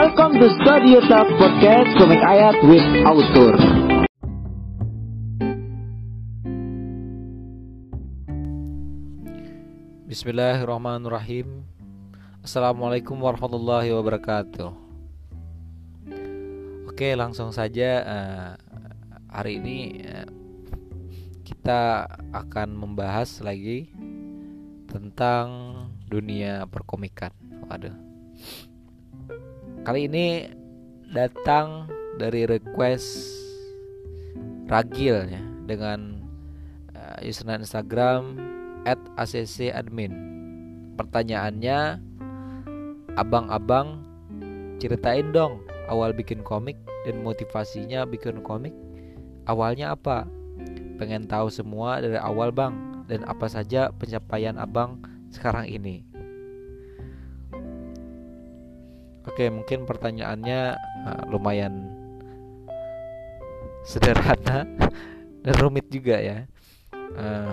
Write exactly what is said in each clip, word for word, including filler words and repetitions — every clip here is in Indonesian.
Welcome to Studio Talk Podcast Komik Ayat with Author. Bismillahirrahmanirrahim. Assalamualaikum warahmatullahi wabarakatuh. Oke, langsung saja. uh, Hari ini uh, kita akan membahas lagi tentang dunia perkomikan. Waduh. Kali ini datang dari request Ragil ya, dengan uh, username Instagram at a c c admin. Pertanyaannya, abang-abang ceritain dong awal bikin komik dan motivasinya bikin komik. Awalnya apa? Pengen tahu semua dari awal bang, dan apa saja pencapaian abang sekarang ini. Oke, mungkin pertanyaannya uh, lumayan sederhana dan rumit juga ya. uh,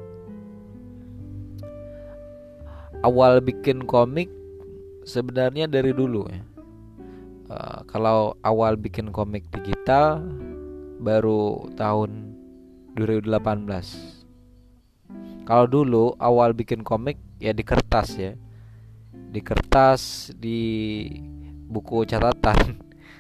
Awal bikin komik sebenarnya dari dulu ya. uh, Kalau awal bikin komik digital baru tahun dua ribu delapan belas. Kalau dulu awal bikin komik ya di kertas ya, di kertas, di buku catatan.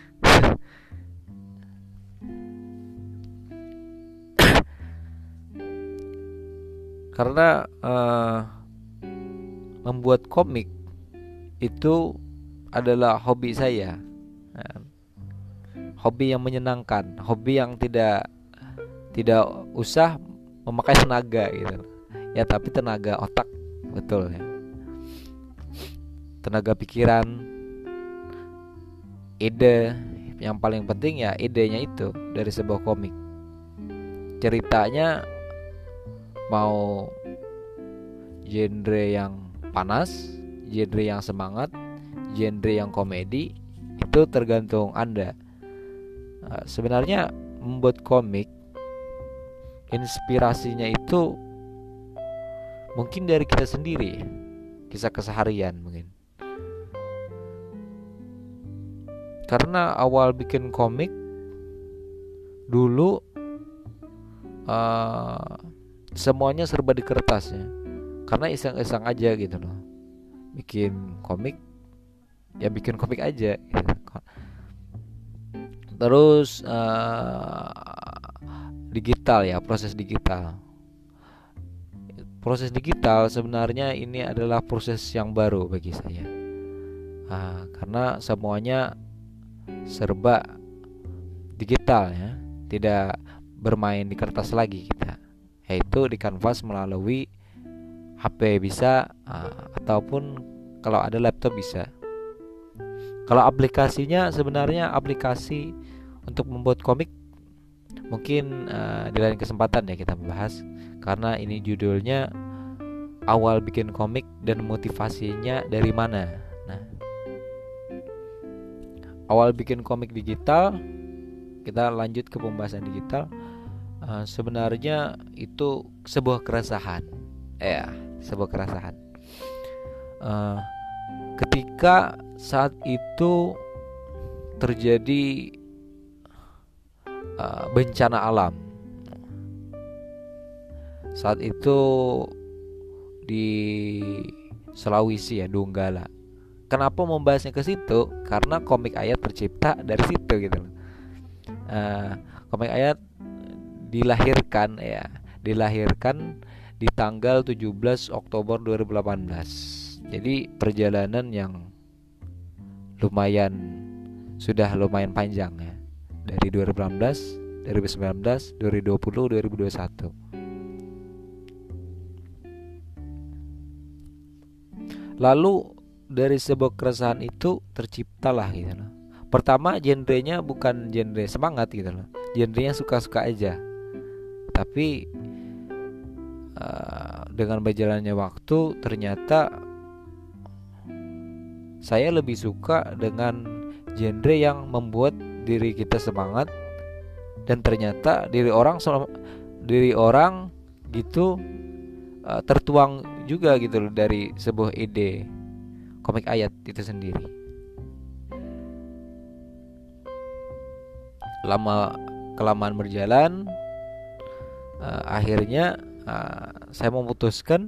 Karena uh, membuat komik itu adalah hobi saya, hobi yang menyenangkan, hobi yang tidak tidak usah memakai tenaga gitu ya, tapi tenaga otak, betul ya, tenaga pikiran, ide. Yang paling penting ya idenya itu dari sebuah komik. Ceritanya mau genre yang panas, genre yang semangat, genre yang komedi, itu tergantung Anda. Nah, sebenarnya membuat komik inspirasinya itu mungkin dari kita sendiri, kisah keseharian mungkin. Karena awal bikin komik dulu uh, semuanya serba di kertas ya. Karena iseng-iseng aja gitu loh. Bikin komik ya bikin komik aja gitu. Terus uh, digital ya, proses digital. Proses digital sebenarnya ini adalah proses yang baru bagi saya. uh, Karena semuanya serba digital ya, tidak bermain di kertas lagi kita, yaitu di kanvas melalui H P bisa, uh, ataupun kalau ada laptop bisa. Kalau aplikasinya sebenarnya aplikasi untuk membuat komik mungkin uh, di lain kesempatan ya kita membahas, karena ini judulnya awal bikin komik dan motivasinya dari mana. Nah, awal bikin komik digital, kita lanjut ke pembahasan digital. Uh, sebenarnya itu sebuah keresahan, ya, sebuah keresahan. Uh, ketika saat itu terjadi uh, bencana alam, saat itu di Sulawesi ya, Donggala. Kenapa membahasnya ke situ? Karena Komik Ayat tercipta dari situ gitu loh. Uh, Komik Ayat dilahirkan ya, dilahirkan di tanggal tujuh belas Oktober dua ribu delapan belas. Jadi perjalanan yang lumayan, sudah lumayan panjang ya. Dari dua ribu delapan belas, dua ribu sembilan belas, dua ribu dua puluh, dua ribu dua puluh satu. Lalu dari sebuah keresahan itu terciptalah gitu loh. Pertama genrenya bukan genre semangat gitu loh, genrenya suka-suka aja. Tapi uh, dengan berjalannya waktu ternyata saya lebih suka dengan genre yang membuat diri kita semangat, dan ternyata diri orang diri orang gitu uh, tertuang juga gitu loh dari sebuah ide Komik Ayat itu sendiri. lama kelamaan berjalan, uh, akhirnya uh, saya memutuskan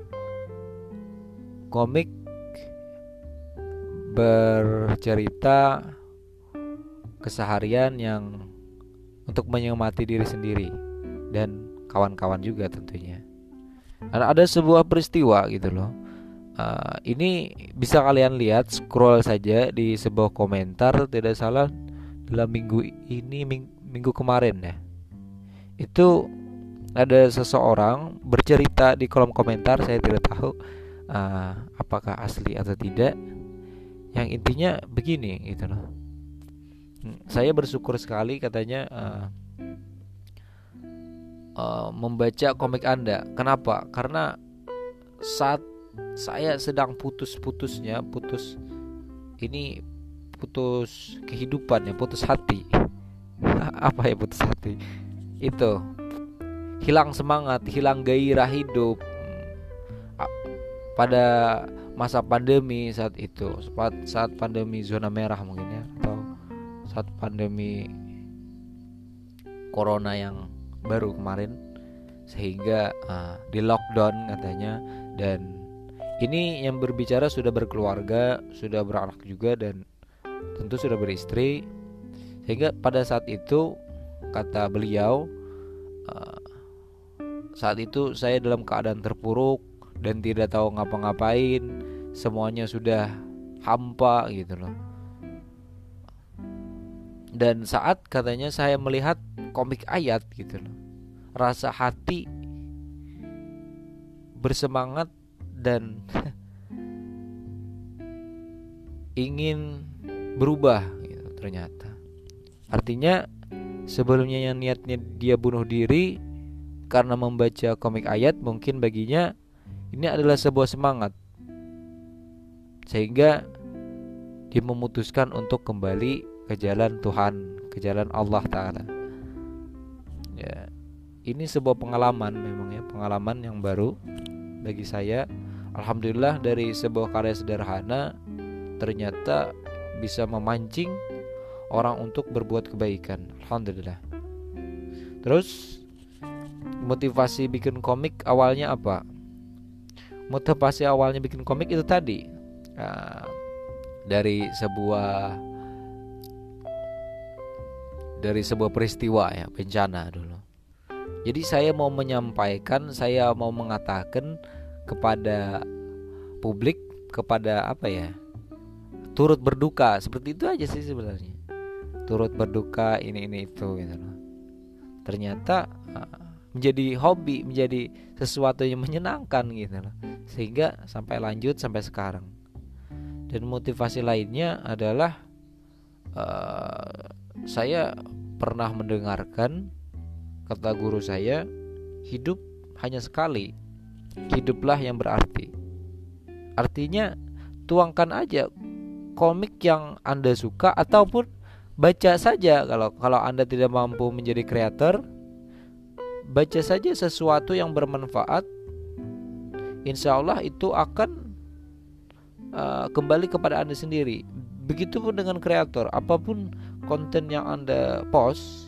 komik bercerita keseharian yang untuk menyemangati diri sendiri dan kawan-kawan juga tentunya. Ada, ada sebuah peristiwa gitu loh. Uh, ini bisa kalian lihat, scroll saja di sebuah komentar, tidak salah dalam minggu ini ming, minggu kemarin ya. Itu ada seseorang bercerita di kolom komentar, saya tidak tahu uh, apakah asli atau tidak. Yang intinya begini gitu loh. Saya bersyukur sekali katanya uh, uh, membaca komik Anda. Kenapa? Karena saat saya sedang putus-putusnya, putus ini putus kehidupan ya, putus hati. Apa ya putus hati? Itu hilang semangat, hilang gairah hidup pada masa pandemi saat itu, saat pandemi zona merah mungkin ya, atau saat pandemi corona yang baru kemarin, sehingga uh, di lockdown katanya. Dan ini yang berbicara sudah berkeluarga, sudah beranak juga, dan tentu sudah beristri. Sehingga pada saat itu kata beliau, uh, saat itu saya dalam keadaan terpuruk dan tidak tahu ngapa-ngapain, semuanya sudah hampa gitu loh. Dan saat katanya saya melihat komik ayat gitu loh, rasa hati bersemangat dan ingin berubah gitu ternyata. Artinya sebelumnya yang niatnya dia bunuh diri karena membaca komik ayat, mungkin baginya ini adalah sebuah semangat, sehingga dia memutuskan untuk kembali ke jalan Tuhan, ke jalan Allah Ta'ala. Ya, ini sebuah pengalaman memang ya, pengalaman yang baru bagi saya. Alhamdulillah dari sebuah karya sederhana ternyata bisa memancing orang untuk berbuat kebaikan. Alhamdulillah. Terus motivasi bikin komik awalnya apa? Motivasi awalnya bikin komik itu tadi, uh, dari sebuah dari sebuah peristiwa ya, bencana dulu. Jadi saya mau menyampaikan, saya mau mengatakan kepada publik, kepada apa ya, turut berduka, seperti itu aja sih sebenarnya. Turut berduka ini ini itu gitu loh. Ternyata uh, menjadi hobi, menjadi sesuatu yang menyenangkan gitu loh, sehingga sampai lanjut sampai sekarang. Dan motivasi lainnya adalah uh, saya pernah mendengarkan kata guru saya, hidup hanya sekali, hiduplah yang berarti. Artinya tuangkan aja komik yang Anda suka, ataupun baca saja. Kalau kalau Anda tidak mampu menjadi kreator, baca saja sesuatu yang bermanfaat. Insya Allah itu akan uh, kembali kepada Anda sendiri. Begitupun dengan kreator, apapun konten yang Anda post,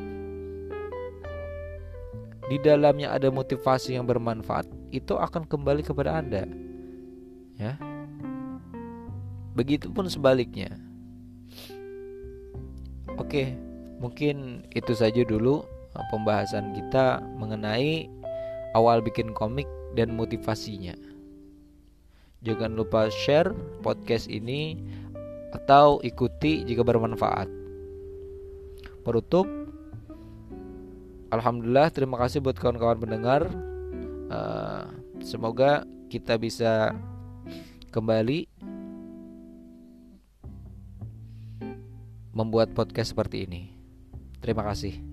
di dalamnya ada motivasi yang bermanfaat, itu akan kembali kepada Anda. Ya. Begitupun sebaliknya. Oke, mungkin itu saja dulu pembahasan kita mengenai awal bikin komik dan motivasinya. Jangan lupa share podcast ini atau ikuti jika bermanfaat. Penutup, alhamdulillah, terima kasih buat kawan-kawan pendengar. uh, Semoga kita bisa kembali membuat podcast seperti ini. Terima kasih.